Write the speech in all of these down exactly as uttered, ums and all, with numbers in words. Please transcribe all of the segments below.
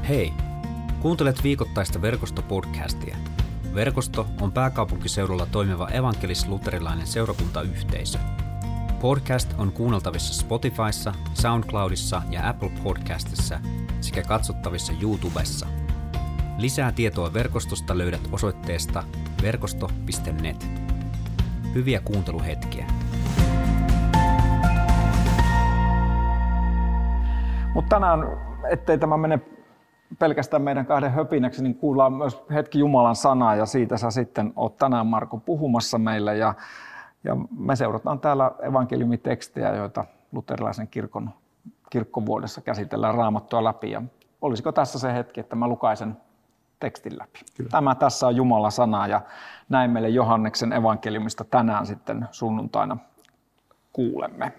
Hei! Kuuntelet viikoittaista Verkosto-podcastia. Verkosto on pääkaupunkiseudulla toimiva evankelis-luterilainen seurakuntayhteisö. Podcast on kuunneltavissa Spotifyssa, SoundCloudissa ja Apple Podcastissa sekä katsottavissa YouTubessa. Lisää tietoa verkostosta löydät osoitteesta verkosto piste net. Hyviä kuunteluhetkiä. Mutta tänään, ettei tämä mene pelkästään meidän kahden höpinäksi, niin kuullaan myös hetki Jumalan sanaa ja siitä sä sitten oot tänään, Marko, puhumassa meille. Ja, ja me seurataan täällä evankeliumitekstejä, joita luterilaisen kirkon kirkkovuodessa käsitellään Raamattua läpi. Ja olisiko tässä se hetki, että mä lukaisen tekstin läpi? Kyllä. Tämä tässä on Jumalan sana ja näin meille Johanneksen evankeliumista tänään sitten sunnuntaina kuulemme.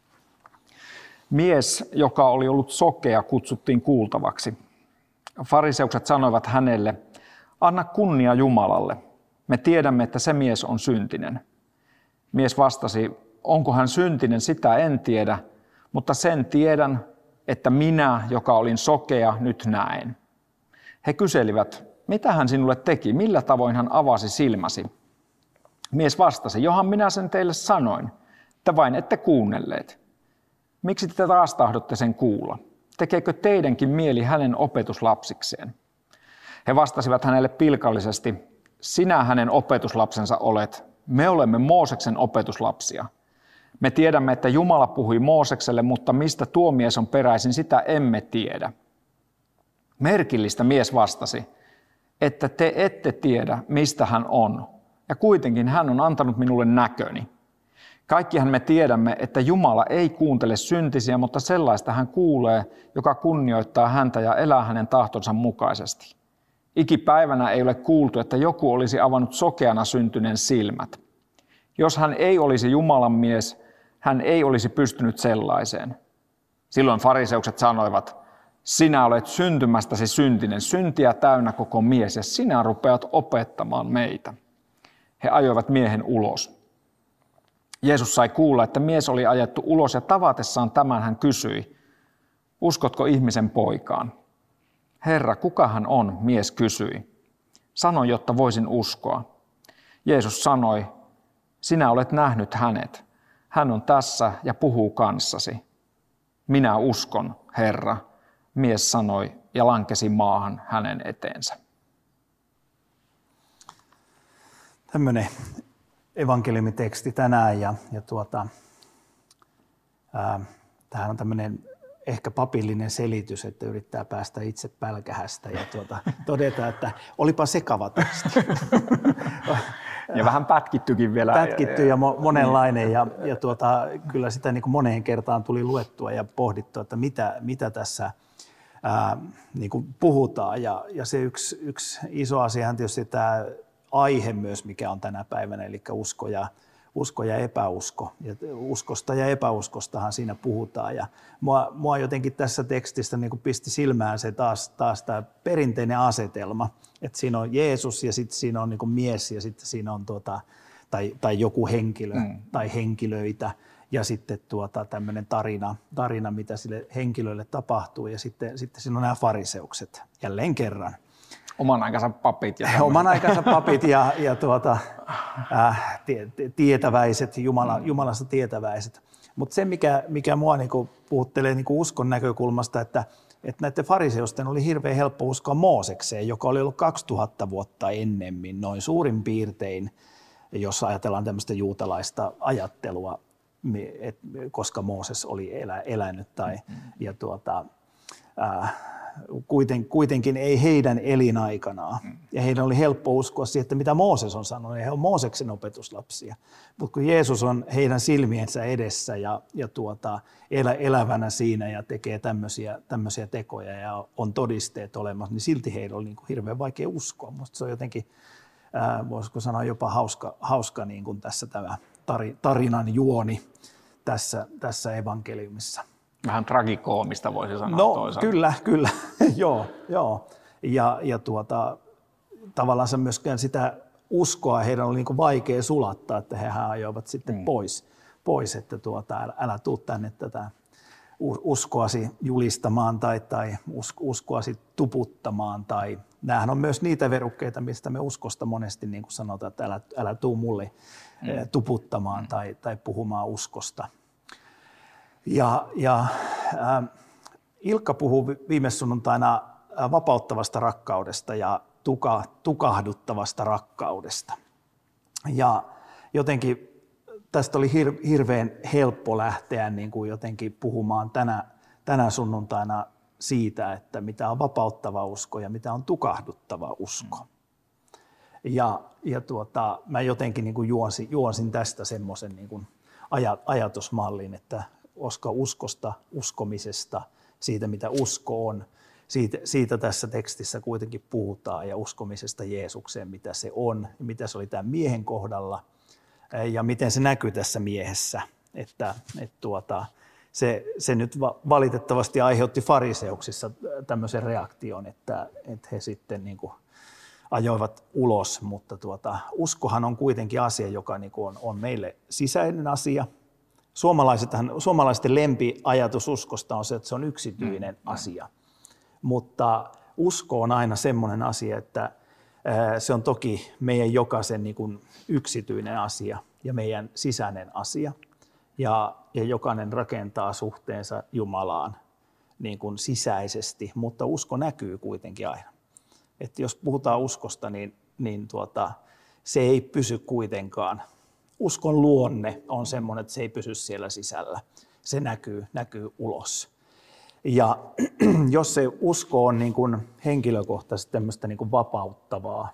Mies, joka oli ollut sokea, kutsuttiin kuultavaksi. Fariseukset sanoivat hänelle, anna kunnia Jumalalle. Me tiedämme, että se mies on syntinen. Mies vastasi, onko hän syntinen, sitä en tiedä, mutta sen tiedän, että minä, joka olin sokea, nyt näen. He kyselivät, mitä hän sinulle teki, millä tavoin hän avasi silmäsi. Mies vastasi, johan minä sen teille sanoin, että vain ette kuunnelleet. Miksi te taas tahdotte sen kuulla? Tekeekö teidänkin mieli hänen opetuslapsikseen? He vastasivat hänelle pilkallisesti, sinä hänen opetuslapsensa olet, me olemme Mooseksen opetuslapsia. Me tiedämme, että Jumala puhui Moosekselle, mutta mistä tuo mies on peräisin, sitä emme tiedä. Merkillistä mies vastasi, että te ette tiedä, mistä hän on, ja kuitenkin hän on antanut minulle näköni. Kaikkihan me tiedämme, että Jumala ei kuuntele syntisiä, mutta sellaista hän kuulee, joka kunnioittaa häntä ja elää hänen tahtonsa mukaisesti. Ikipäivänä ei ole kuultu, että joku olisi avannut sokeana syntyneen silmät. Jos hän ei olisi Jumalan mies, hän ei olisi pystynyt sellaiseen. Silloin fariseukset sanoivat, sinä olet syntymästäsi syntinen, syntiä täynnä koko mies, ja sinä rupeat opettamaan meitä. He ajoivat miehen ulos. Jeesus sai kuulla, että mies oli ajettu ulos ja tavatessaan tämän hän kysyi, uskotko ihmisen poikaan? Herra, kuka hän on, mies kysyi. Sano, jotta voisin uskoa. Jeesus sanoi, sinä olet nähnyt hänet. Hän on tässä ja puhuu kanssasi. Minä uskon, Herra, mies sanoi ja lankesi maahan hänen eteensä. Tämmöinen evankeliumiteksti tänään ja, ja tuota, ää, tämähän on tämmöinen ehkä papillinen selitys, että yrittää päästä itse pälkähästä ja tuota, todeta, että olipa sekava teksti. Ja vähän pätkittykin vielä. Pätkitty ja mo- monenlainen ja, ja tuota, kyllä sitä niin kuin moneen kertaan tuli luettua ja pohdittua, että mitä, mitä tässä ää, niin kuin puhutaan. Ja, ja se yksi, yksi iso asia on tietysti tämä aihe myös, mikä on tänä päivänä, eli usko ja, usko ja epäusko. Ja uskosta ja epäuskostahan siinä puhutaan. Ja mua, mua jotenkin tässä tekstissä niin kuin pisti silmään se taas, taas tämä perinteinen asetelma, että siinä on Jeesus ja sitten siinä on niin kuin mies ja sitten siinä on tuota, tai, tai joku henkilö mm. tai henkilöitä ja sitten tuota, tämmöinen tarina, tarina, mitä sille henkilölle tapahtuu ja sitten, sitten siinä on nämä fariseukset jälleen kerran. Oman aikansa papit. Ja Oman aikansa papit ja, ja tuota, äh, tietäväiset, Jumala, Jumalasta tietäväiset. Mutta se, mikä, mikä mua niinku puhuttelee niinku uskon näkökulmasta, että, että näiden fariseusten oli hirveän helppo uskoa Moosekseen, joka oli ollut kaksituhatta vuotta ennemmin, noin suurin piirtein, jos ajatellaan tämmöistä juutalaista ajattelua, et, koska Mooses oli elä, elänyt. Tai, ja tuota, äh, Kuiten, kuitenkin ei heidän elinaikanaan. Ja heidän oli helppo uskoa siihen, että mitä Mooses on sanonut, ja he on Mooseksen opetuslapsia. Mutta kun Jeesus on heidän silmiensä edessä ja, ja tuota, elä, elävänä siinä ja tekee tämmöisiä, tämmöisiä tekoja ja on todisteet olemassa, niin silti heillä oli niin kuin hirveän vaikea uskoa. Musta se on jotenkin, ää, voisiko sanoa jopa hauska, hauska niin kuin tässä tämä tarinan juoni tässä, tässä evankeliumissa. Vähän tragikoomista voisi sanoa no, toisaalta. Kyllä, kyllä. joo, joo. Ja, ja tuota, tavallaan myöskään sitä uskoa heidän oli niin kuin vaikea sulattaa, että hehän ajoivat sitten mm. pois, pois, että tuota, älä, älä tuu tänne tätä uskoasi julistamaan tai, tai uskoasi tuputtamaan. Tai, nämähän on myös niitä verukkeita, mistä me uskosta monesti niin kuin sanotaan, että älä, älä tuu mulle mm. tuputtamaan mm. tai, tai puhumaan uskosta. Ja, ja äh, Ilkka puhuu viime sunnuntaina vapauttavasta rakkaudesta ja tuka, tukahduttavasta rakkaudesta. Ja jotenkin tästä oli hir, hirveän helppo lähteä niin kuin jotenkin puhumaan tänä, tänä sunnuntaina siitä, että mitä on vapauttava usko ja mitä on tukahduttava usko. Ja, ja tuota, mä jotenkin niin kuin juonsin, juonsin tästä semmoisen niin kuin ajatusmallin, että koska uskosta, uskomisesta, siitä mitä usko on, siitä, siitä tässä tekstissä kuitenkin puhutaan ja uskomisesta Jeesukseen, mitä se on ja mitä se oli tämän miehen kohdalla ja miten se näkyy tässä miehessä. Että, et tuota, se, se nyt valitettavasti aiheutti fariseuksissa tämmöisen reaktion, että, että he sitten niin kuin ajoivat ulos, mutta tuota, uskohan on kuitenkin asia, joka niin kuin on, on meille sisäinen asia. Suomalaisten lempiajatus uskosta on se, että se on yksityinen mm, asia, mm. mutta usko on aina semmoinen asia, että se on toki meidän jokaisen niin kuin yksityinen asia ja meidän sisäinen asia. Ja, ja jokainen rakentaa suhteensa Jumalaan niin kuin sisäisesti, mutta usko näkyy kuitenkin aina. Että jos puhutaan uskosta, niin, niin tuota, se ei pysy kuitenkaan. Uskon luonne on semmoinen, että se ei pysy siellä sisällä. Se näkyy, näkyy ulos. Ja jos se usko on niin kuin henkilökohtaisesti tämmöistä niin kuin vapauttavaa,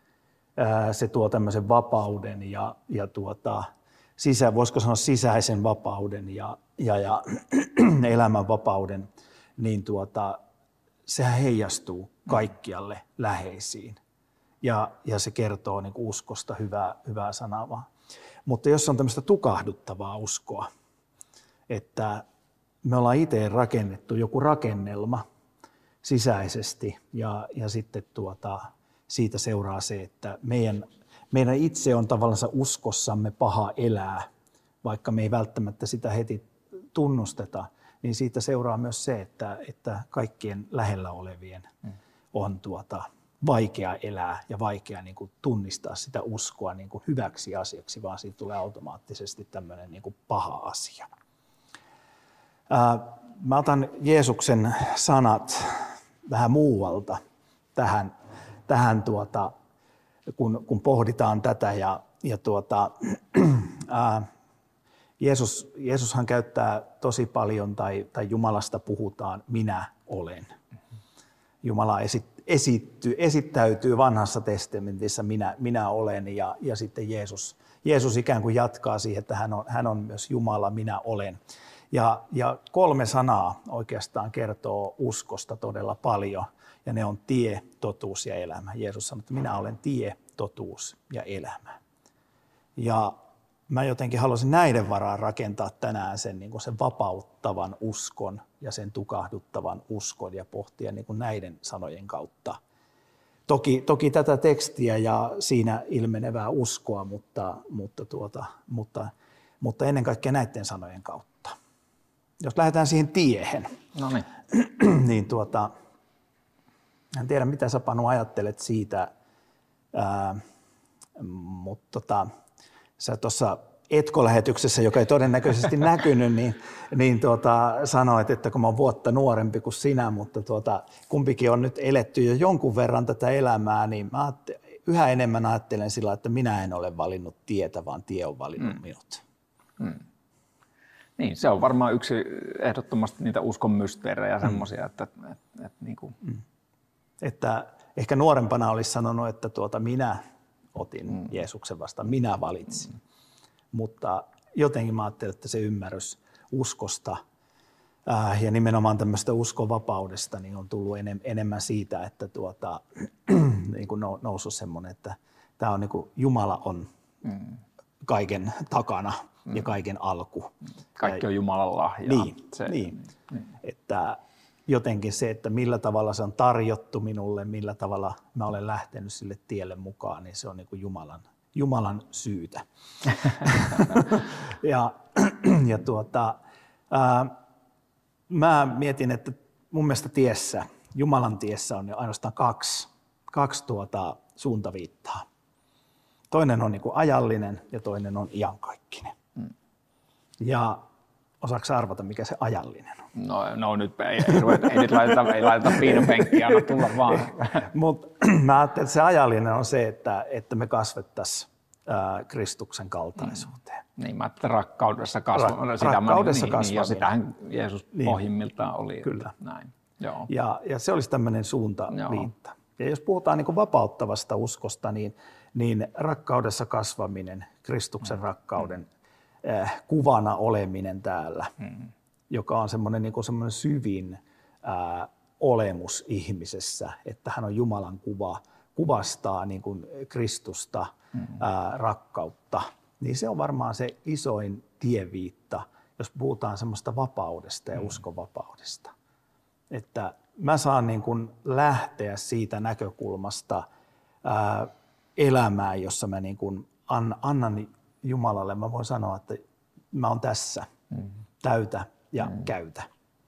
se tuo tämmöisen vapauden ja, ja tuota, sisä, voisiko sanoa sisäisen vapauden ja, ja, ja elämän vapauden, niin tuota, sehän heijastuu kaikkialle läheisiin. Ja, ja se kertoo niin kuin uskosta hyvää, hyvää sanaa. Mutta jos on tämmöistä tukahduttavaa uskoa, että me ollaan itse rakennettu joku rakennelma sisäisesti ja, ja sitten tuota, siitä seuraa se, että meidän, meidän itse on tavallaan uskossamme paha elää, vaikka me ei välttämättä sitä heti tunnusteta, niin siitä seuraa myös se, että, että kaikkien lähellä olevien on tuota, vaikea elää ja vaikea niin kuin tunnistaa sitä uskoa niin kuin hyväksi asiaksi, vaan siitä tulee automaattisesti tämmöinen niin kuin paha asia. Ää, mä otan Jeesuksen sanat vähän muualta tähän, tähän tuota, kun, kun pohditaan tätä. Ja, ja tuota, ää, Jeesus, Jeesushan käyttää tosi paljon, tai, tai Jumalasta puhutaan, minä olen. Jumala esittää. Esitty, esittäytyy vanhassa testamentissa minä, minä olen ja, ja sitten Jeesus, Jeesus ikään kuin jatkaa siihen, että hän on, hän on myös Jumala, minä olen. Ja, ja kolme sanaa oikeastaan kertoo uskosta todella paljon ja ne on tie, totuus ja elämä. Jeesus sanoo, että minä olen tie, totuus ja elämä. Ja mä jotenkin haluaisin näiden varaan rakentaa tänään sen, niin kuin sen vapauttavan uskon ja sen tukahduttavan uskon ja pohtia niin kuin näiden sanojen kautta. Toki, toki tätä tekstiä ja siinä ilmenevää uskoa, mutta, mutta, tuota, mutta, mutta ennen kaikkea näiden sanojen kautta. Jos lähdetään siihen tiehen, no niin. niin tuota, en tiedä mitä sä Panu ajattelet siitä, ää, mutta tota, sä tuossa Etko-lähetyksessä, joka ei todennäköisesti näkynyt, niin, niin tuota, sanoit, että kun mä oon vuotta nuorempi kuin sinä, mutta tuota, kumpikin on nyt eletty jo jonkun verran tätä elämää, niin mä yhä enemmän ajattelen sillä, että minä en ole valinnut tietä, vaan tie on valinnut mm. minut. Mm. Niin, se on varmaan yksi ehdottomasti niitä uskon mysteerejä, semmoisia, mm. että, että, että, että, niin kuin... mm. että ehkä nuorempana olisi sanonut, että tuota, minä otin mm. Jeesuksen vastaan, minä valitsin. Mm. Mutta jotenkin mä ajattelen, että se ymmärrys uskosta ää, ja nimenomaan tämmöistä uskonvapaudesta niin on tullut enem, enemmän siitä, että tuota, niin kuin noussut semmoinen, että tämä on niin kuin Jumala on mm. kaiken takana mm. ja kaiken alku. Kaikki on Jumalan lahjaa. Niin, se, niin. niin. Että jotenkin se, että millä tavalla se on tarjottu minulle, millä tavalla mä olen lähtenyt sille tielle mukaan, niin se on niin kuin Jumalan, Jumalan syytä. ja, ja tuota, ää, mä mietin, että mun mielestä tiessä, Jumalan tiessä on ainoastaan kaksi, kaksi tuota suuntaviittaa. Toinen on niin kuin ajallinen ja toinen on iankaikkinen. Mm. Ja osaatko arvata, mikä se ajallinen on? No, no nyt ei, ei, ei nyt laiteta, ei laiteta piinopenkkiä, anna tulla vaan. Mutta mä ajattelin, että se ajallinen on se, että, että me kasvettaisiin ää, Kristuksen kaltaisuuteen. Mm. Niin, mä ajattelin, rakkaudessa kasvaminen. Ra- rakkaudessa niin, kasvaminen. Niin, ja sitähän Jeesus niin. pohjimmiltaan oli. Kyllä. Näin. Joo. Ja, ja se olisi tämmöinen suuntaviitta. Ja jos puhutaan niin kuin vapauttavasta uskosta, niin, niin rakkaudessa kasvaminen, Kristuksen mm. rakkauden äh, kuvana oleminen täällä, mm. joka on semmoinen, niin kuin semmoinen syvin äh, olemus ihmisessä, että hän on Jumalan kuva, kuvastaa niin kuin Kristusta, mm. äh, rakkautta, niin se on varmaan se isoin tieviitta, jos puhutaan semmoista vapaudesta ja mm. uskonvapaudesta. Että mä saan niin kuin lähteä siitä näkökulmasta ää, elämään, jossa mä niin kuin annan Jumalalle, mä voin sanoa, että mä oon tässä, mm. täytä ja mm. käytä.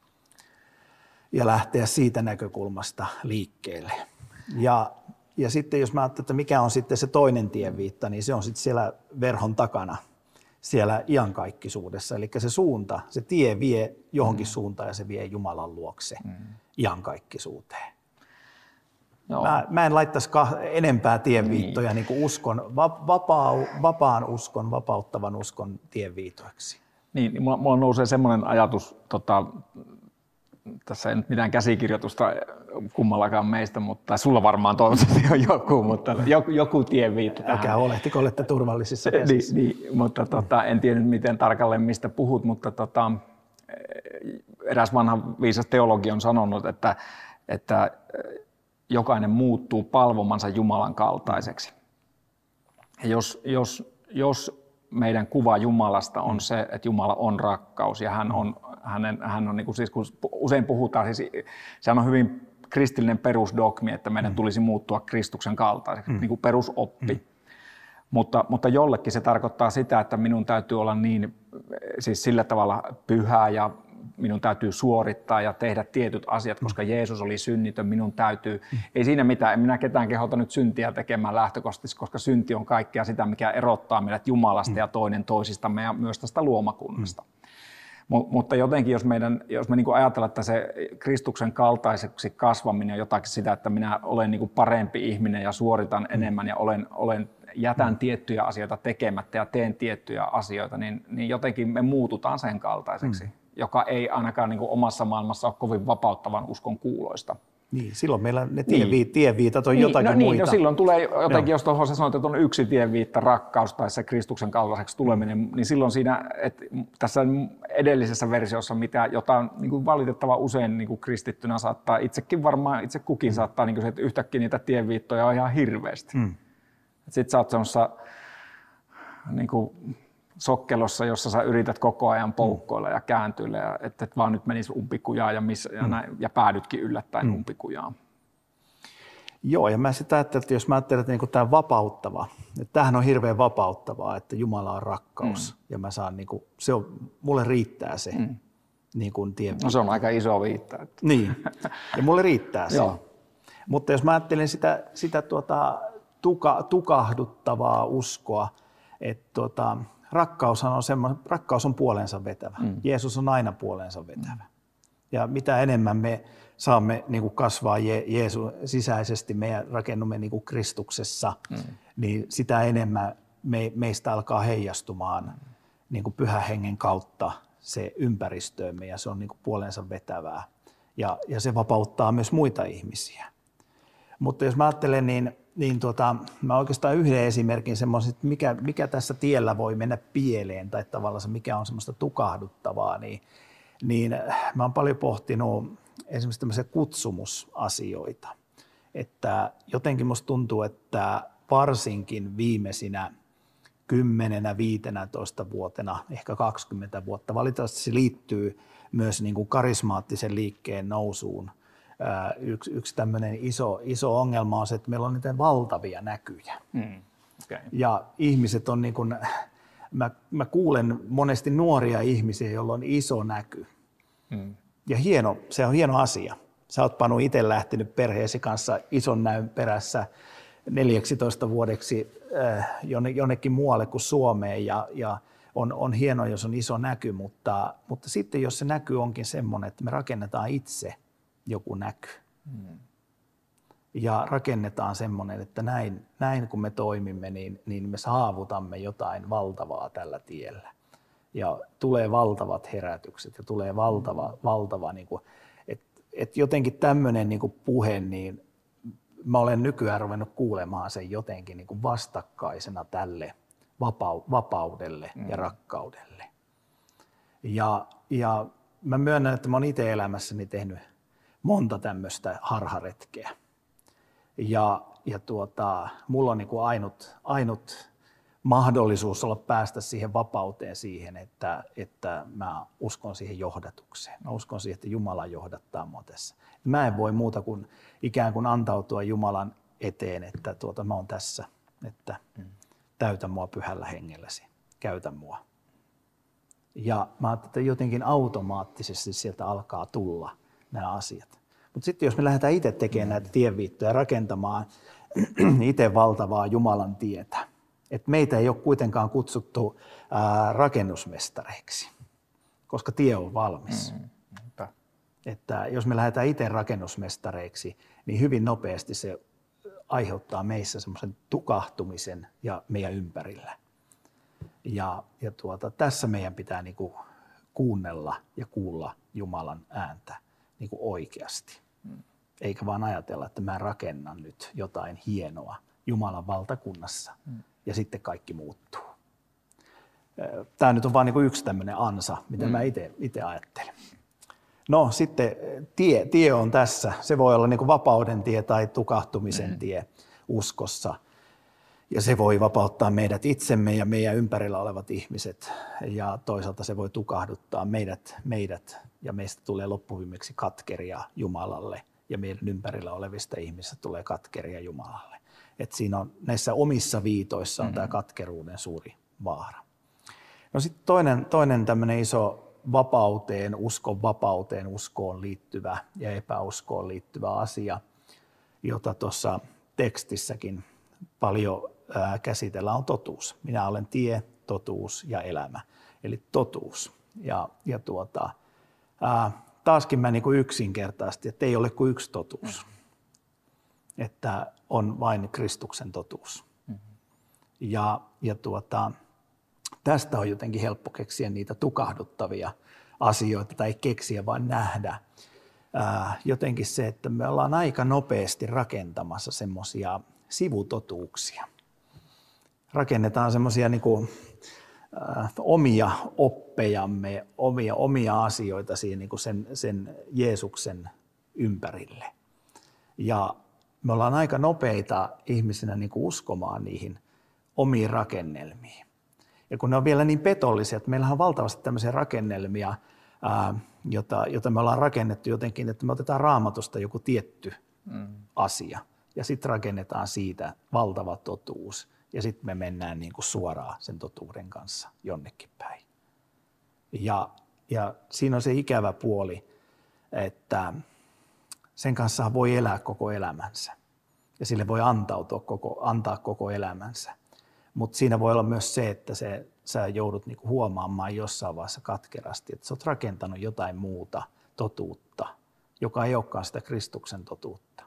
Ja lähteä siitä näkökulmasta liikkeelle. Ja, ja sitten jos mä ajattelen, että mikä on sitten se toinen tienviitta, niin se on sitten siellä verhon takana, siellä iankaikkisuudessa. Eli se suunta, se tie vie johonkin mm. suuntaan ja se vie Jumalan luokse mm. iankaikkisuuteen. Mä, mä en laittaisi enempää tienviittoja niin. Niin kuin uskon, vapaa, vapaan uskon, vapauttavan uskon tienviitoiksi. Niin, mulla, mulla nousee semmoinen ajatus, tota, tässä ei nyt mitään käsikirjoitusta kummallakaan meistä, mutta sulla varmaan toivottavasti on joku, mutta joku, joku tienviitta tähän. Älkää oletteko, olette turvallisissa käsissä. Niin, niin, mutta tota, en tiedä miten tarkalleen mistä puhut, mutta tota, eräs vanha viisas teologi on sanonut, että, että jokainen muuttuu palvomansa Jumalan kaltaiseksi. Ja jos, jos, jos meidän kuva Jumalasta on se, että Jumala on rakkaus ja hän on, hänen, hän on niin kuin siis, kun usein puhutaan, siis sehän on hyvin kristillinen perusdogmi, että meidän tulisi muuttua Kristuksen kaltaiseksi, mm. niin kuin perusoppi. Mm. Mutta, mutta jollekin se tarkoittaa sitä, että minun täytyy olla niin, siis sillä tavalla pyhä ja minun täytyy suorittaa ja tehdä tietyt asiat, koska Jeesus oli synnitön, minun täytyy, mm. ei siinä mitään, en minä ketään kehota nyt syntiä tekemään lähtökohtaisesti, koska synti on kaikkea sitä, mikä erottaa meidät Jumalasta mm. ja toinen toisistamme ja myös tästä luomakunnasta. Mm. Mut, mutta jotenkin, jos, meidän, jos me niinku ajatellaan, että se Kristuksen kaltaiseksi kasvaminen on jotakin sitä, että minä olen niinku parempi ihminen ja suoritan mm. enemmän ja olen, olen, jätän mm. tiettyjä asioita tekemättä ja teen tiettyjä asioita, niin, niin jotenkin me muututaan sen kaltaiseksi. Mm. joka ei ainakaan niin kuin omassa maailmassa ole kovin vapauttavan uskon kuuloista. Niin, silloin meillä ne tieviit, tieviitat on niin, jotakin no, muita. Niin, no silloin tulee jotenkin, no. jos tuohon sä sanoit, että on yksi tieviitta, rakkaus tai se Kristuksen kaltaiseksi tuleminen, mm. niin silloin siinä, että tässä edellisessä versiossa, mitä, jota niin kuin valitettavan usein niin kuin kristittynä saattaa, itsekin varmaan, itse kukin mm. saattaa, niin kuin se, että yhtäkkiä niitä tieviittoja on ihan hirveästi. Mm. Sitten sä oot semmoisessa niin kuin sokkelossa, jossa sä yrität koko ajan poukkoilla ja kääntyillä, ja että et vaan nyt menisi umpikujaan ja, missä, ja, näin, ja päädytkin yllättäen mm. umpikujaan. Joo, ja mä sitä ajattelen, että jos mä ajattelen, että niin tämä vapauttava, että tämähän on hirveän vapauttavaa, että Jumala on rakkaus, mm. ja mä saan, niin kuin, se on, mulle riittää se mm. niin kuin tieviittä. No se on aika iso viitta. Että. Niin, ja mulle riittää se. Mutta jos mä ajattelen sitä, sitä tuota, tuka, tukahduttavaa uskoa, että tuota, Rakkaushan on semmoinen, rakkaus on puolensa vetävä. Mm. Jeesus on aina puolensa vetävä. Mm. Ja mitä enemmän me saamme niin kuin kasvaa Je- Jeesus sisäisesti, me rakennumme niin kuin Kristuksessa, mm. niin sitä enemmän me, meistä alkaa heijastumaan mm. niin kuin Pyhän Hengen kautta se ympäristöömme, ja se on niin kuin puolensa vetävää. Ja, ja se vapauttaa myös muita ihmisiä. Mutta jos mä ajattelen, niin Niin tuota, mä oikeastaan yhden esimerkin semmoisen, että mikä, mikä tässä tiellä voi mennä pieleen tai tavallaan mikä on semmoista tukahduttavaa, niin, niin mä oon paljon pohtinut esimerkiksi tämmöisiä kutsumusasioita. Että jotenkin musta tuntuu, että varsinkin viimeisinä kymmenenä, viitenätoista vuotena, ehkä kaksikymmentä vuotta, valitettavasti se liittyy myös niin kuin karismaattisen liikkeen nousuun. Yksi, yksi tämmöinen iso, iso ongelma on se, että meillä on niitä valtavia näkyjä. Mm, okay. Ja ihmiset on niin kuin, mä, mä kuulen monesti nuoria ihmisiä, joilla on iso näky. Mm. Ja hieno, se on hieno asia. Sä oot Panu itse lähtenyt perheesi kanssa ison näyn perässä neljäksitoista vuodeksi äh, jonnekin muualle kuin Suomeen ja, ja on, on hienoa, jos on iso näky, mutta, mutta sitten jos se näky onkin semmoinen, että me rakennetaan itse joku näky hmm. ja rakennetaan semmoinen, että näin, näin kun me toimimme, niin, niin me saavutamme jotain valtavaa tällä tiellä. Ja tulee valtavat herätykset ja tulee valtava, valtava niin kuin, että et jotenkin tämmöinen niin kuin puhe, niin mä olen nykyään ruvennut kuulemaan sen jotenkin niin kuin vastakkaisena tälle vapau- vapaudelle mm. ja rakkaudelle. Ja, ja mä myönnän, että mä oon itse elämässäni tehnyt monta tämmöistä harharetkeä. Ja, ja tuota, mulla on niin kuin ainut, ainut mahdollisuus olla päästä siihen vapauteen siihen, että, että mä uskon siihen johdatukseen. Mä uskon siihen, että Jumala johdattaa mua tässä. Mä en voi muuta kuin ikään kuin antautua Jumalan eteen, että tuota, mä oon tässä, että täytä mua pyhällä hengelläsi, käytä mua. Ja mä ajattelin, että jotenkin automaattisesti sieltä alkaa tulla nämä asiat. Mutta sitten jos me lähdetään itse tekemään näitä tienviittoja, rakentamaan itse valtavaa Jumalan tietä, että meitä ei ole kuitenkaan kutsuttu ää, rakennusmestareiksi, koska tie on valmis. Mm, että jos me lähdetään itse rakennusmestareiksi, niin hyvin nopeasti se aiheuttaa meissä semmoisen tukahtumisen ja meidän ympärillä. Ja, ja tuota, tässä meidän pitää niinku kuunnella ja kuulla Jumalan ääntä niinku oikeasti. Mm. Eikä vaan ajatella, että mä rakennan nyt jotain hienoa Jumalan valtakunnassa. Mm. Ja sitten kaikki muuttuu. Tämä nyt on vain niin yksi tämmöinen ansa, mitä mm. mä itse ajattelen. No sitten tie, tie on tässä. Se voi olla niin kuin vapauden tie tai tukahtumisen mm. tie uskossa. Ja se voi vapauttaa meidät itsemme ja meidän ympärillä olevat ihmiset. Ja toisaalta se voi tukahduttaa meidät, meidät ja meistä tulee loppuviimeksi katkeria Jumalalle. Ja meidän ympärillä olevista ihmisistä tulee katkeria Jumalalle. Että siinä on näissä omissa viitoissa on mm-hmm. tämä katkeruuden suuri vaara. No sitten toinen, toinen tämmöinen iso vapauteen, uskon vapauteen, uskoon liittyvä ja epäuskoon liittyvä asia, jota tuossa tekstissäkin paljon ää, käsitellään, on totuus. Minä olen tie, totuus ja elämä. Eli totuus. Ja, ja tuota, ää, taaskin mä niin kuin yksinkertaisesti, että ei ole kuin yksi totuus. Mm. Että on vain Kristuksen totuus. Mm-hmm. Ja, ja tuota, tästä on jotenkin helppo keksiä niitä tukahduttavia asioita tai keksiä, vaan nähdä. Ää, jotenkin se, että me ollaan aika nopeasti rakentamassa semmoisia sivutotuuksia. Rakennetaan semmoisia niin kuin, ää, omia oppejamme, omia, omia asioita siinä niin kuin sen, sen Jeesuksen ympärille. Ja me ollaan aika nopeita ihmisinä niin kuin uskomaan niihin omiin rakennelmiin. Ja kun ne on vielä niin petollisia, että meillähän on valtavasti tämmöisiä rakennelmia, ää, jota, jota me ollaan rakennettu jotenkin, että me otetaan Raamatusta joku tietty mm. asia ja sitten rakennetaan siitä valtava totuus ja sitten me mennään niin kuin suoraan sen totuuden kanssa jonnekin päin. Ja, ja siinä on se ikävä puoli, että sen kanssa voi elää koko elämänsä ja sille voi antautua koko, antaa koko elämänsä. Mutta siinä voi olla myös se, että se, sä joudut niinku huomaamaan jossain vaiheessa katkerasti, että sä oot rakentanut jotain muuta totuutta, joka ei olekaan sitä Kristuksen totuutta.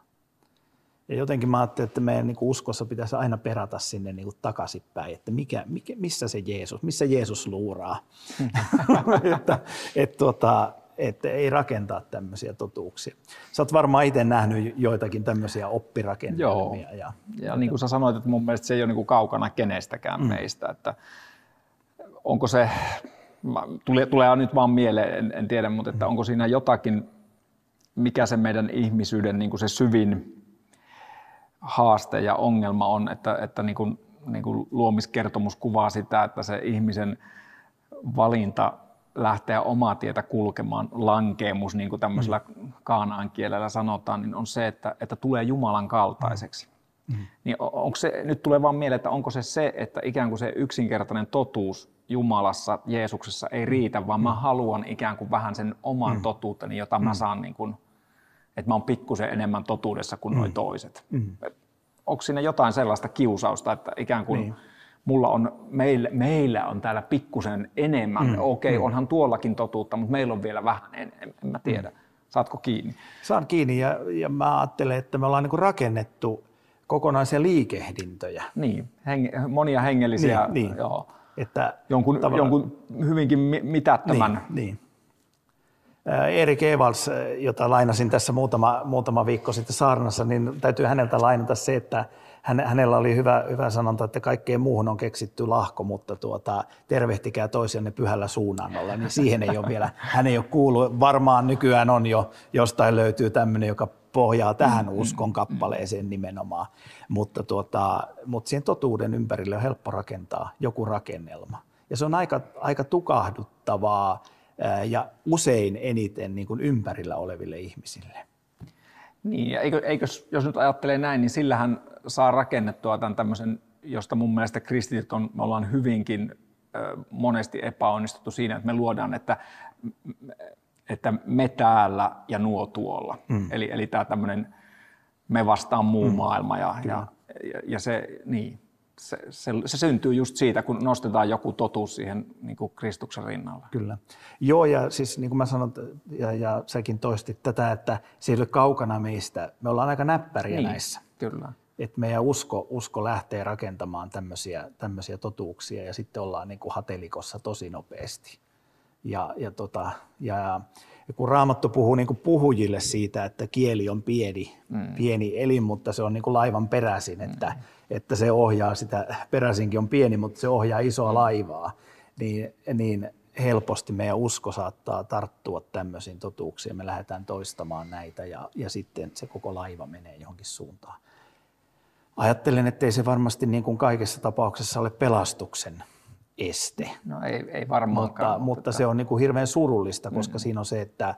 Ja jotenkin mä ajattelin, että meidän niinku uskossa pitäisi aina perata sinne niinku takaisinpäin, että mikä, mikä, missä se Jeesus, missä Jeesus luuraa. että, et tuota, että ei rakentaa tämmöisiä totuuksia. Sä oot varmaan itse nähnyt joitakin tämmöisiä oppirakennelmia. Joo. Ja, ja niin kuin sä sanoit, että mun mielestä se ei ole niin kuin kaukana kenestäkään mm. meistä. Että onko se, tulee, tulee nyt vaan mieleen, en, en tiedä, mutta että onko siinä jotakin, mikä se meidän ihmisyyden niin kuin se syvin haaste ja ongelma on, että, että niin kuin, niin kuin luomiskertomus kuvaa sitä, että se ihmisen valinta lähteä omaa tietä kulkemaan, lankeemus, niin kuin tämmöisellä kaanaan kielellä sanotaan, niin on se, että, että tulee Jumalan kaltaiseksi. Mm. Niin onko se, nyt tulee vaan mieleen, että onko se se, että ikään kuin se yksinkertainen totuus, Jumalassa, Jeesuksessa ei riitä, vaan mä haluan ikään kuin vähän sen oman Mm. totuuteni, jota mä saan, niin kuin, että mä oon pikkusen enemmän totuudessa kuin noi toiset. Mm. Onko siinä jotain sellaista kiusausta, että ikään kuin Niin. mulla on, meillä, meillä on täällä pikkusen enemmän, Mm. okei, Mm. onhan tuollakin totuutta, mutta meillä on vielä vähän, en, en, en mä tiedä. Mm. Saatko kiinni? Saan kiinni ja, ja mä ajattelen, että me ollaan niin kuin rakennettu kokonaisia liikehdintöjä. Niin, henge, monia hengellisiä, Niin, niin. joo. Että Jonkun, jonkun hyvinkin mi- mitättömän. Niin, niin. Erik Evals, jota lainasin tässä muutama, muutama viikko sitten saarnassa, niin täytyy häneltä lainata se, että hän, hänellä oli hyvä, hyvä sanonta, että kaikkeen muuhun on keksitty lahko, mutta tuota, tervehtikää toisianne pyhällä suunnannolla, niin siihen ei ole vielä, hän ei ole kuullut, varmaan nykyään on jo, jostain löytyy tämmöinen, joka pohjaa tähän uskon kappaleeseen nimenomaan, mutta, tuota, mutta siihen totuuden ympärille on helppo rakentaa joku rakennelma. Ja se on aika, aika tukahduttavaa ja usein eniten niin kuin ympärillä oleville ihmisille. Niin, ja eikö, eikö, jos nyt ajattelee näin, niin sillähän saa rakennettua tämän tämmöisen, josta mun mielestä kristityt on, me ollaan hyvinkin ö, monesti epäonnistuttu siinä, että me luodaan, että, että me täällä ja nuo tuolla. Mm. Eli, eli tämä tämmöinen me vastaan muu mm. maailma ja, ja, ja, ja se, niin, se, se, se syntyy just siitä, kun nostetaan joku totuus siihen niin kuin Kristuksen rinnalla. Kyllä. Joo, ja siis niin kuin mä sanon, ja, ja säkin toistit tätä, että se ei ole kaukana meistä. Me ollaan aika näppäriä niin, näissä. Kyllä. Että meidän usko, usko lähtee rakentamaan tämmöisiä, tämmöisiä totuuksia ja sitten ollaan niin kuin hatelikossa tosi nopeasti. Ja, ja, tota, ja, ja kun Raamattu puhuu niin kuin puhujille siitä, että kieli on pieni, mm. pieni elin, mutta se on niin kuin laivan peräisin, että, mm. että se ohjaa sitä, peräisinkin on pieni, mutta se ohjaa isoa laivaa, niin, niin helposti meidän usko saattaa tarttua tämmöisiin totuuksiin. Me lähdetään toistamaan näitä ja, ja sitten se koko laiva menee johonkin suuntaan. Ajattelen, että ei se varmasti niin kuin kaikessa tapauksessa ole pelastuksen este. No ei, ei varmaankaan. Mutta, mutta se on niin kuin hirveän surullista, koska mm. siinä on se, että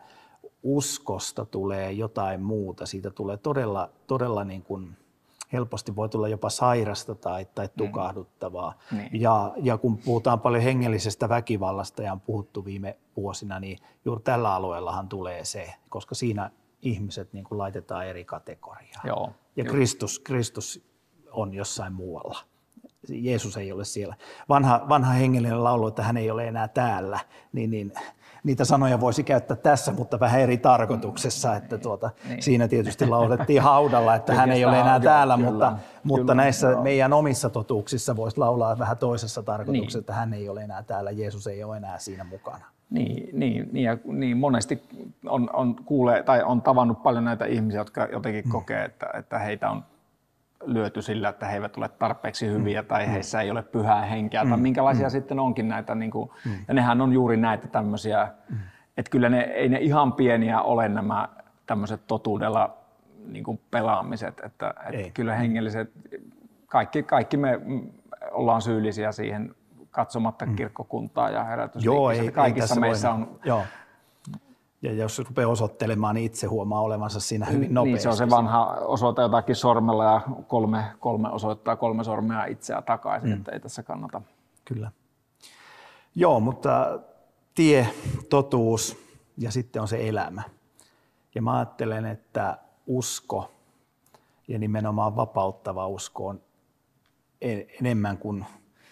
uskosta tulee jotain muuta. Siitä tulee todella, todella niin kuin helposti voi tulla jopa sairasta tai, tai tukahduttavaa. Mm. Ja, ja kun puhutaan paljon hengellisestä väkivallasta ja on puhuttu viime vuosina, niin juuri tällä alueellahan tulee se, koska siinä ihmiset niin kuin laitetaan eri kategoriaan. Joo. Ja Kristus, Kristus on jossain muualla. Jeesus ei ole siellä. Vanha, vanha hengellinen laulu, että hän ei ole enää täällä, niin, niin niitä sanoja voisi käyttää tässä, mutta vähän eri tarkoituksessa. Että tuota, niin. Siinä tietysti laulettiin haudalla, että hän ei ole enää täällä, kyllä, mutta, kyllä, mutta näissä joo. meidän omissa totuuksissa voisi laulaa vähän toisessa tarkoituksessa, niin. että hän ei ole enää täällä, Jeesus ei ole enää siinä mukana. Niin, niin, niin, ja, niin monesti on, on, kuulee, tai on tavannut paljon näitä ihmisiä, jotka jotenkin mm. kokee, että, että heitä on lyöty sillä, että he eivät ole tarpeeksi hyviä mm. tai heissä ei ole pyhää henkeä mm. tai minkälaisia mm. sitten onkin näitä. Niin kuin, mm. Ja nehän on juuri näitä tämmöisiä, mm. että kyllä ne, ei ne ihan pieniä ole nämä tämmöiset totuudella niin kuin pelaamiset. Että, että kyllä hengelliset, kaikki, kaikki me ollaan syyllisiä siihen katsomatta mm. kirkkokuntaa ja herätysliikkeessä. Kaikissa ei meissä voi. on... Joo. Ja jos rupeaa osoittelemaan, niin itse huomaa olevansa siinä hyvin nopeasti. Niin, se on se vanha osoita jotakin sormella ja kolme, kolme osoittaa kolme sormea itseä takaisin, mm. että ei tässä kannata. Kyllä. Joo, mutta tie, totuus ja sitten on se elämä. Ja mä ajattelen, että usko ja nimenomaan vapauttava usko on enemmän kuin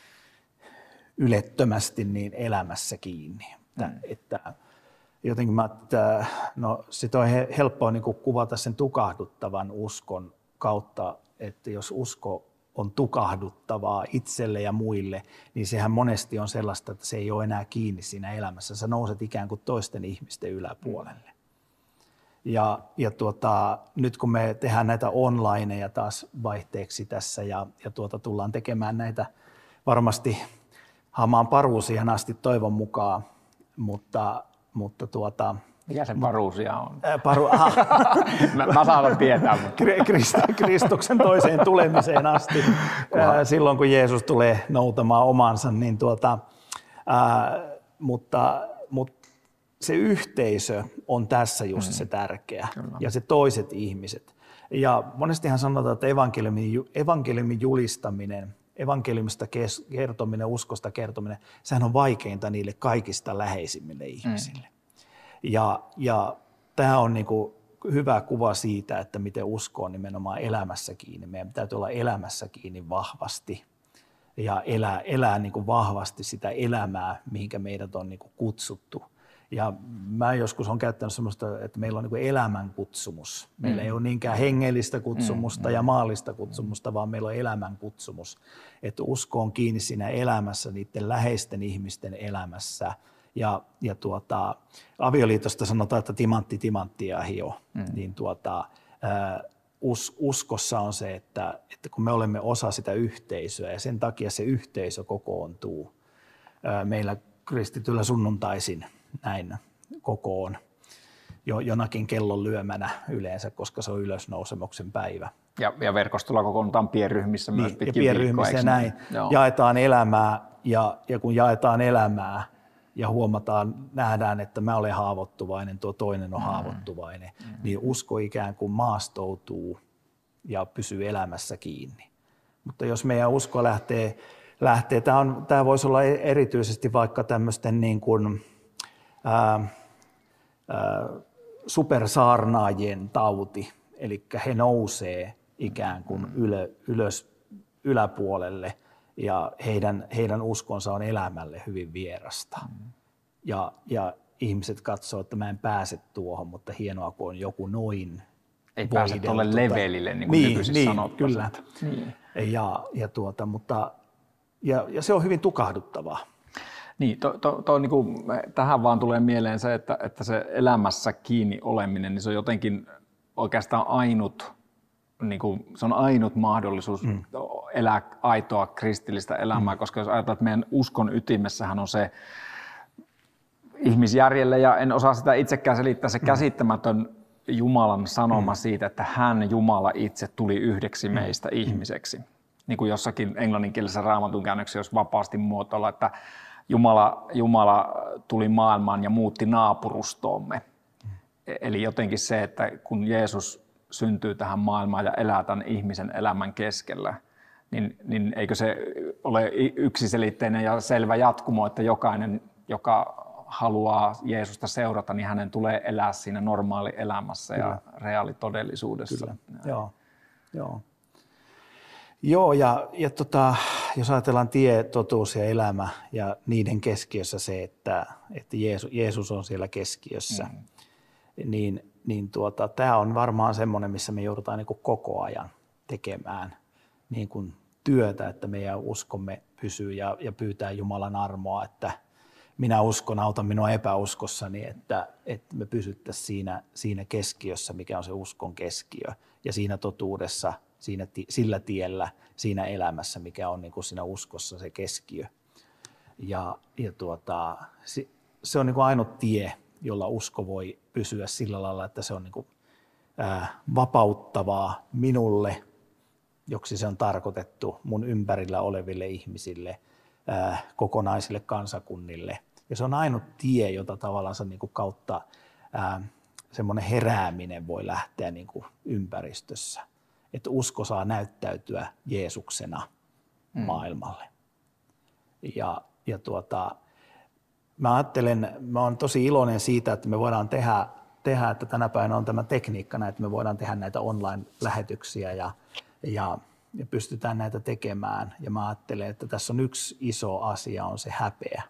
ylettömästi niin elämässä kiinni. Mm. Että, että jotenkin mä, että no sit on helppoa niin kuin kuvata sen tukahduttavan uskon kautta, että jos usko on tukahduttavaa itselle ja muille, niin sehän monesti on sellaista, että se ei ole enää kiinni siinä elämässä. Sä nouset ikään kuin toisten ihmisten yläpuolelle. Ja, ja tuota, nyt kun me tehdään näitä onlineja taas vaihteeksi tässä ja, ja tuota, tullaan tekemään näitä varmasti hamaan paruusiin asti toivon mukaan, mutta Mutta tuota, mikä se paruusia on? Ää, paru, mä, mä saan tietää. Krist, Kristuksen toiseen tulemiseen asti, ää, silloin kun Jeesus tulee noutamaan omansa. Niin tuota, ää, mutta, mutta se yhteisö on tässä just mm. se tärkeä Kyllä. ja se toiset ihmiset. Ja monestihan sanotaan, että evankeliumin, evankeliumin julistaminen evankeliumista kertominen, uskosta kertominen, sehän on vaikeinta niille kaikista läheisimmille ihmisille. Mm. Ja, ja tämä on niin kuin hyvä kuva siitä, että miten usko on nimenomaan elämässä kiinni. Meidän täytyy olla elämässä kiinni vahvasti ja elää, elää niin kuin vahvasti sitä elämää, mihinkä meidät on niin kuin kutsuttu. Ja mä joskus olen käyttänyt sellaista, että meillä on niin kuin elämän kutsumus. Meillä mm. ei ole niinkään hengellistä kutsumusta mm. ja maallista kutsumusta, vaan meillä on elämän kutsumus. Että usko on kiinni siinä elämässä, niiden läheisten ihmisten elämässä. Ja, ja tuota, avioliitosta sanotaan, että timantti timanttia hio. Mm. Niin tuota, ää, us, uskossa on se, että, että kun me olemme osa sitä yhteisöä ja sen takia se yhteisö kokoontuu ää, meillä kristityllä sunnuntaisin näin kokoon jo, jonakin kellon lyömänä yleensä, koska se on ylösnousemuksen päivä. Ja, ja verkostolla kokoonnutaan pienryhmissä myös niin, pitkin ja pienryhmissä viikkoa, näin. Jaetaan elämää ja, ja kun jaetaan elämää ja huomataan, nähdään, että mä olen haavoittuvainen, tuo toinen on mm. haavoittuvainen, mm. niin usko ikään kuin maastoutuu ja pysyy elämässä kiinni. Mutta jos meidän usko lähtee, lähtee tämä, on, tämä voisi olla erityisesti vaikka tämmöisten niin kuin Ää, ää, supersaarnaajien tauti, eli he nousee ikään kuin ylö, ylös yläpuolelle ja heidän, heidän uskonsa on elämälle hyvin vierasta. Mm. Ja, ja ihmiset katsoo, että mä en pääse tuohon, mutta hienoa, kun on joku noin ei pääse tuolle levelille, niin kuin niin, nykyisin niin, sanottu. Kyllä. Niin. Ja, ja, tuota, mutta, ja, ja se on hyvin tukahduttavaa. Niin, to, to, to, niin kuin, tähän vaan tulee mieleen se, että, että se elämässä kiinni oleminen, niin se on jotenkin oikeastaan ainut, niin kuin, se on ainut mahdollisuus mm. elää aitoa kristillistä elämää, mm. koska jos ajatellaan, että meidän uskon ytimessähän on se ihmisjärjelle, ja en osaa sitä itsekään selittää, se käsittämätön Jumalan sanoma mm. siitä, että hän, Jumala itse, tuli yhdeksi mm. meistä mm. ihmiseksi. Niin kuin jossakin englanninkielisessä raamatun käännöksessä, jos vapaasti muotoilla, että Jumala, Jumala tuli maailmaan ja muutti naapurustoomme. Eli jotenkin se, että kun Jeesus syntyy tähän maailmaan ja elää tämän ihmisen elämän keskellä, niin, niin eikö se ole yksiselitteinen ja selvä jatkumo, että jokainen, joka haluaa Jeesusta seurata, niin hänen tulee elää siinä normaali elämässä Kyllä. ja reaalitodellisuudessa. Kyllä. Joo. Joo. Joo, ja, ja tota, jos ajatellaan tie, totuus ja elämä ja niiden keskiössä se, että, että Jeesus, Jeesus on siellä keskiössä, mm. niin, niin tuota, tämä on varmaan semmoinen, missä me joudutaan niin kuin koko ajan tekemään niin kuin työtä, että meidän uskomme pysyy ja, ja pyytää Jumalan armoa, että minä uskon, auta minua epäuskossani, että, että me pysyttäisiin siinä, siinä keskiössä, mikä on se uskon keskiö ja siinä totuudessa, Siinä, sillä tiellä, siinä elämässä, mikä on niin kuin siinä uskossa se keskiö. Ja, ja tuota, se on niin kuin ainut tie, jolla usko voi pysyä sillä lailla, että se on niin kuin, ää, vapauttavaa minulle, joksi se on tarkoitettu mun ympärillä oleville ihmisille, ää, kokonaisille kansakunnille. Ja se on ainut tie, jota tavallaan niin kuin kautta ää, semmoinen herääminen voi lähteä niin kuin ympäristössä. Että usko saa näyttäytyä Jeesuksena mm. maailmalle. Ja, ja tuota, mä ajattelen, mä oon tosi iloinen siitä, että me voidaan tehdä, tehdä että tänä päivänä on tämä tekniikka, että me voidaan tehdä näitä online-lähetyksiä ja, ja, ja pystytään näitä tekemään. Ja mä ajattelen, että tässä on yksi iso asia, on se häpeä.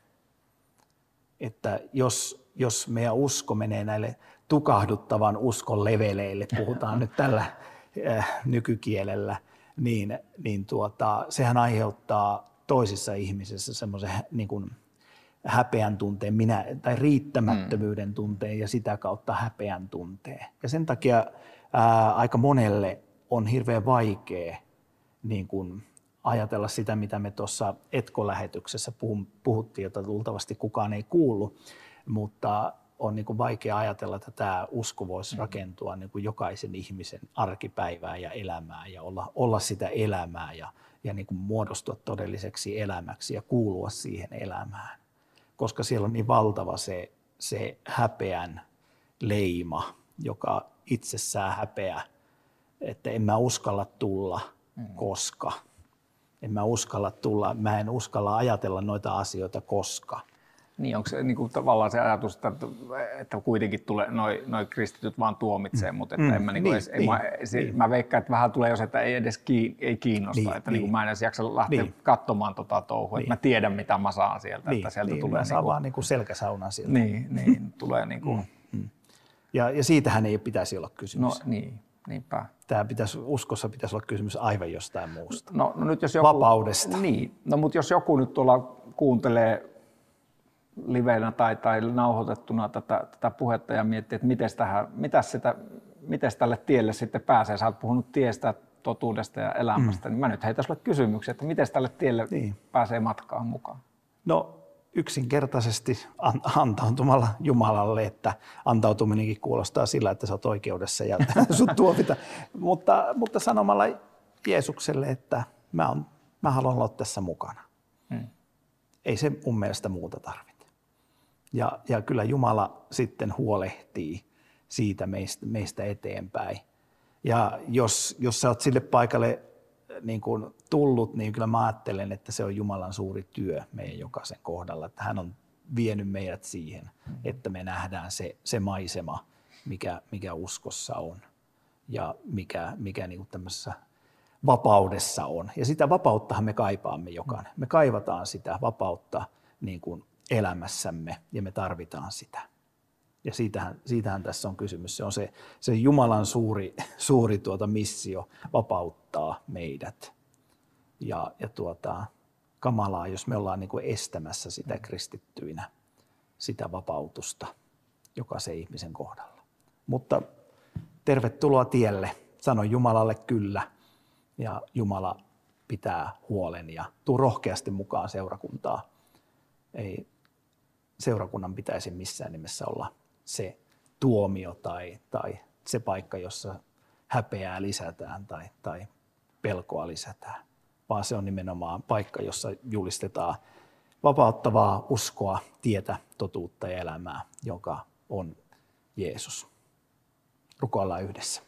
Että jos, jos meidän usko menee näille tukahduttavan uskon leveleille, puhutaan nyt tällä nykykielellä, niin, niin tuota, sehän aiheuttaa toisissa ihmisissä semmoisen niin kuin häpeän tunteen minä, tai riittämättömyyden tunteen ja sitä kautta häpeän tunteen. Ja sen takia ää, aika monelle on hirveän vaikea niin kuin ajatella sitä, mitä me tuossa Etko-lähetyksessä puhuttiin, jota luultavasti kukaan ei kuullut, mutta on niin kuin vaikea ajatella, että tämä usko voisi rakentua niin kuin jokaisen ihmisen arkipäivää ja elämää ja olla, olla sitä elämää ja, ja niin kuin muodostua todelliseksi elämäksi ja kuulua siihen elämään. Koska siellä on niin valtava se, se häpeän leima, joka itsessään häpeä, että en mä uskalla tulla, mm. koska. En mä uskalla tulla, mä en uskalla ajatella noita asioita koska. Niin, onko se niin kuin tavallaan se ajatus, että, että kuitenkin tulee, noi, noi kristityt vaan tuomitsee, mm. mutta että mm. en mä, niin kuin niin, edes, niin, mä, se, niin. mä veikkaan, että vähän tulee jos, että ei edes kiin, ei kiinnosta, niin, että niin. Niin mä en edes jaksa lähteä niin. katsomaan tota touhua, niin. että mä tiedän mitä mä saan sieltä, niin, että sieltä niin, tulee... Mä saan niin kuin, vaan niin kuin selkäsaunan sieltä. Niin, niin tulee niin kuin... Mm. Ja, ja siitähän ei pitäisi olla kysymys. No niin, niinpä. Tämä pitäisi, uskossa pitäisi olla kysymys aivan jostain muusta. No, no nyt jos joku... Vapaudesta. Niin, no mutta jos joku nyt tuolla kuuntelee liveinä tai, tai nauhoitettuna tätä, tätä puhetta ja miettii, että mites tähän, mitäs sitä, mites tälle tielle sitten pääsee. Sä oot puhunut tiestä, totuudesta ja elämästä. Mm. Niin mä nyt heitän sulle kysymyksiä, että mites tälle tielle niin. pääsee matkaan mukaan? No yksinkertaisesti antautumalla Jumalalle, että antautuminenkin kuulostaa sillä, että sä oot oikeudessa ja sut tuomita. mutta, mutta sanomalla Jeesukselle, että mä, on, mä haluan olla tässä mukana. Mm. Ei se mun mielestä muuta tarvitse. Ja, ja kyllä Jumala sitten huolehtii siitä meistä, meistä eteenpäin. Ja jos, jos sä oot sille paikalle niin kuin tullut, niin kyllä mä ajattelen, että se on Jumalan suuri työ meidän jokaisen kohdalla. Että hän on vienyt meidät siihen, että me nähdään se, se maisema, mikä, mikä uskossa on ja mikä, mikä niin kuin tämmöisessä vapaudessa on. Ja sitä vapauttahan me kaipaamme jokainen. Me kaivataan sitä vapautta niin kuin elämässämme ja me tarvitaan sitä. Ja siitähän, siitähän tässä on kysymys. Se on se, se Jumalan suuri, suuri tuota missio vapauttaa meidät. Ja, ja tuota, kamalaa, jos me ollaan niin kuin estämässä sitä kristittyinä, sitä vapautusta jokaisen ihmisen kohdalla. Mutta tervetuloa tielle. Sano Jumalalle kyllä. Ja Jumala pitää huolen ja tuu rohkeasti mukaan seurakuntaa. Ei seurakunnan pitäisi missään nimessä olla se tuomio tai, tai se paikka, jossa häpeää lisätään tai, tai pelkoa lisätään, vaan se on nimenomaan paikka, jossa julistetaan vapauttavaa uskoa, tietä, totuutta ja elämää, joka on Jeesus. Rukoillaan yhdessä.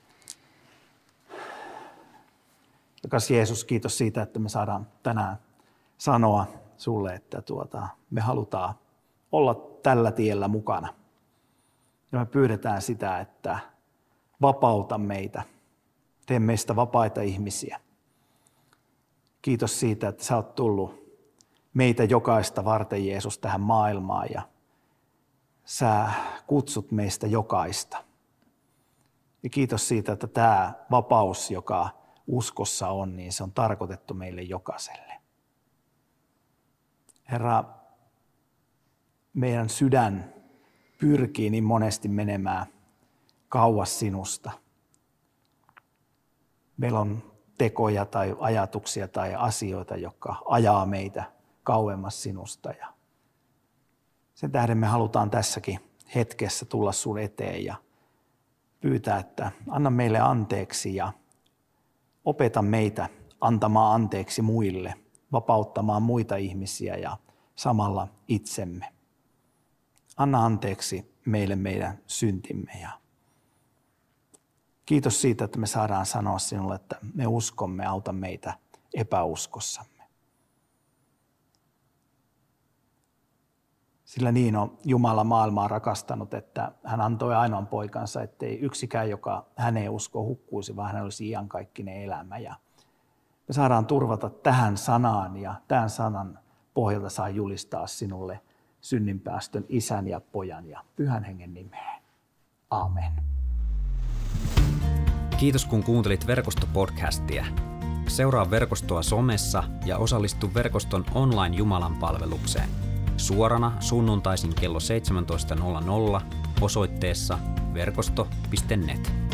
Rakas Jeesus, kiitos siitä, että me saadaan tänään sanoa sulle, että tuota, me halutaan olla tällä tiellä mukana. Ja me pyydetään sitä, että vapauta meitä, tee meistä vapaita ihmisiä. Kiitos siitä, että sä oot tullut meitä jokaista varten, Jeesus, tähän maailmaan ja sä kutsut meistä jokaista. Ja kiitos siitä, että tämä vapaus, joka uskossa on, niin se on tarkoitettu meille jokaiselle. Herra, meidän sydän pyrkii niin monesti menemään kauas sinusta. Meillä on tekoja tai ajatuksia tai asioita, jotka ajaa meitä kauemmas sinusta. Ja sen tähden me halutaan tässäkin hetkessä tulla sun eteen ja pyytää, että anna meille anteeksi ja opeta meitä antamaan anteeksi muille, vapauttamaan muita ihmisiä ja samalla itsemme. Anna anteeksi meille meidän syntimme. Ja kiitos siitä, että me saadaan sanoa sinulle, että me uskomme, auta meitä epäuskossamme. Sillä niin on Jumala maailmaa rakastanut, että hän antoi ainoan poikansa, ettei yksikään, joka häneen uskoo, hukkuisi, vaan hän olisi iankaikkinen elämä. Ja me saadaan turvata tähän sanaan ja tämän sanan pohjalta saa julistaa sinulle synninpäästön Isän ja Pojan ja Pyhän Hengen nimeen. Aamen. Kiitos kun kuuntelit Verkosto-podcastia. Seuraa Verkostoa somessa ja osallistu Verkoston online Jumalan palvelukseen. Suorana sunnuntaisin kello seitsemäntoista nolla nolla osoitteessa verkosto piste net.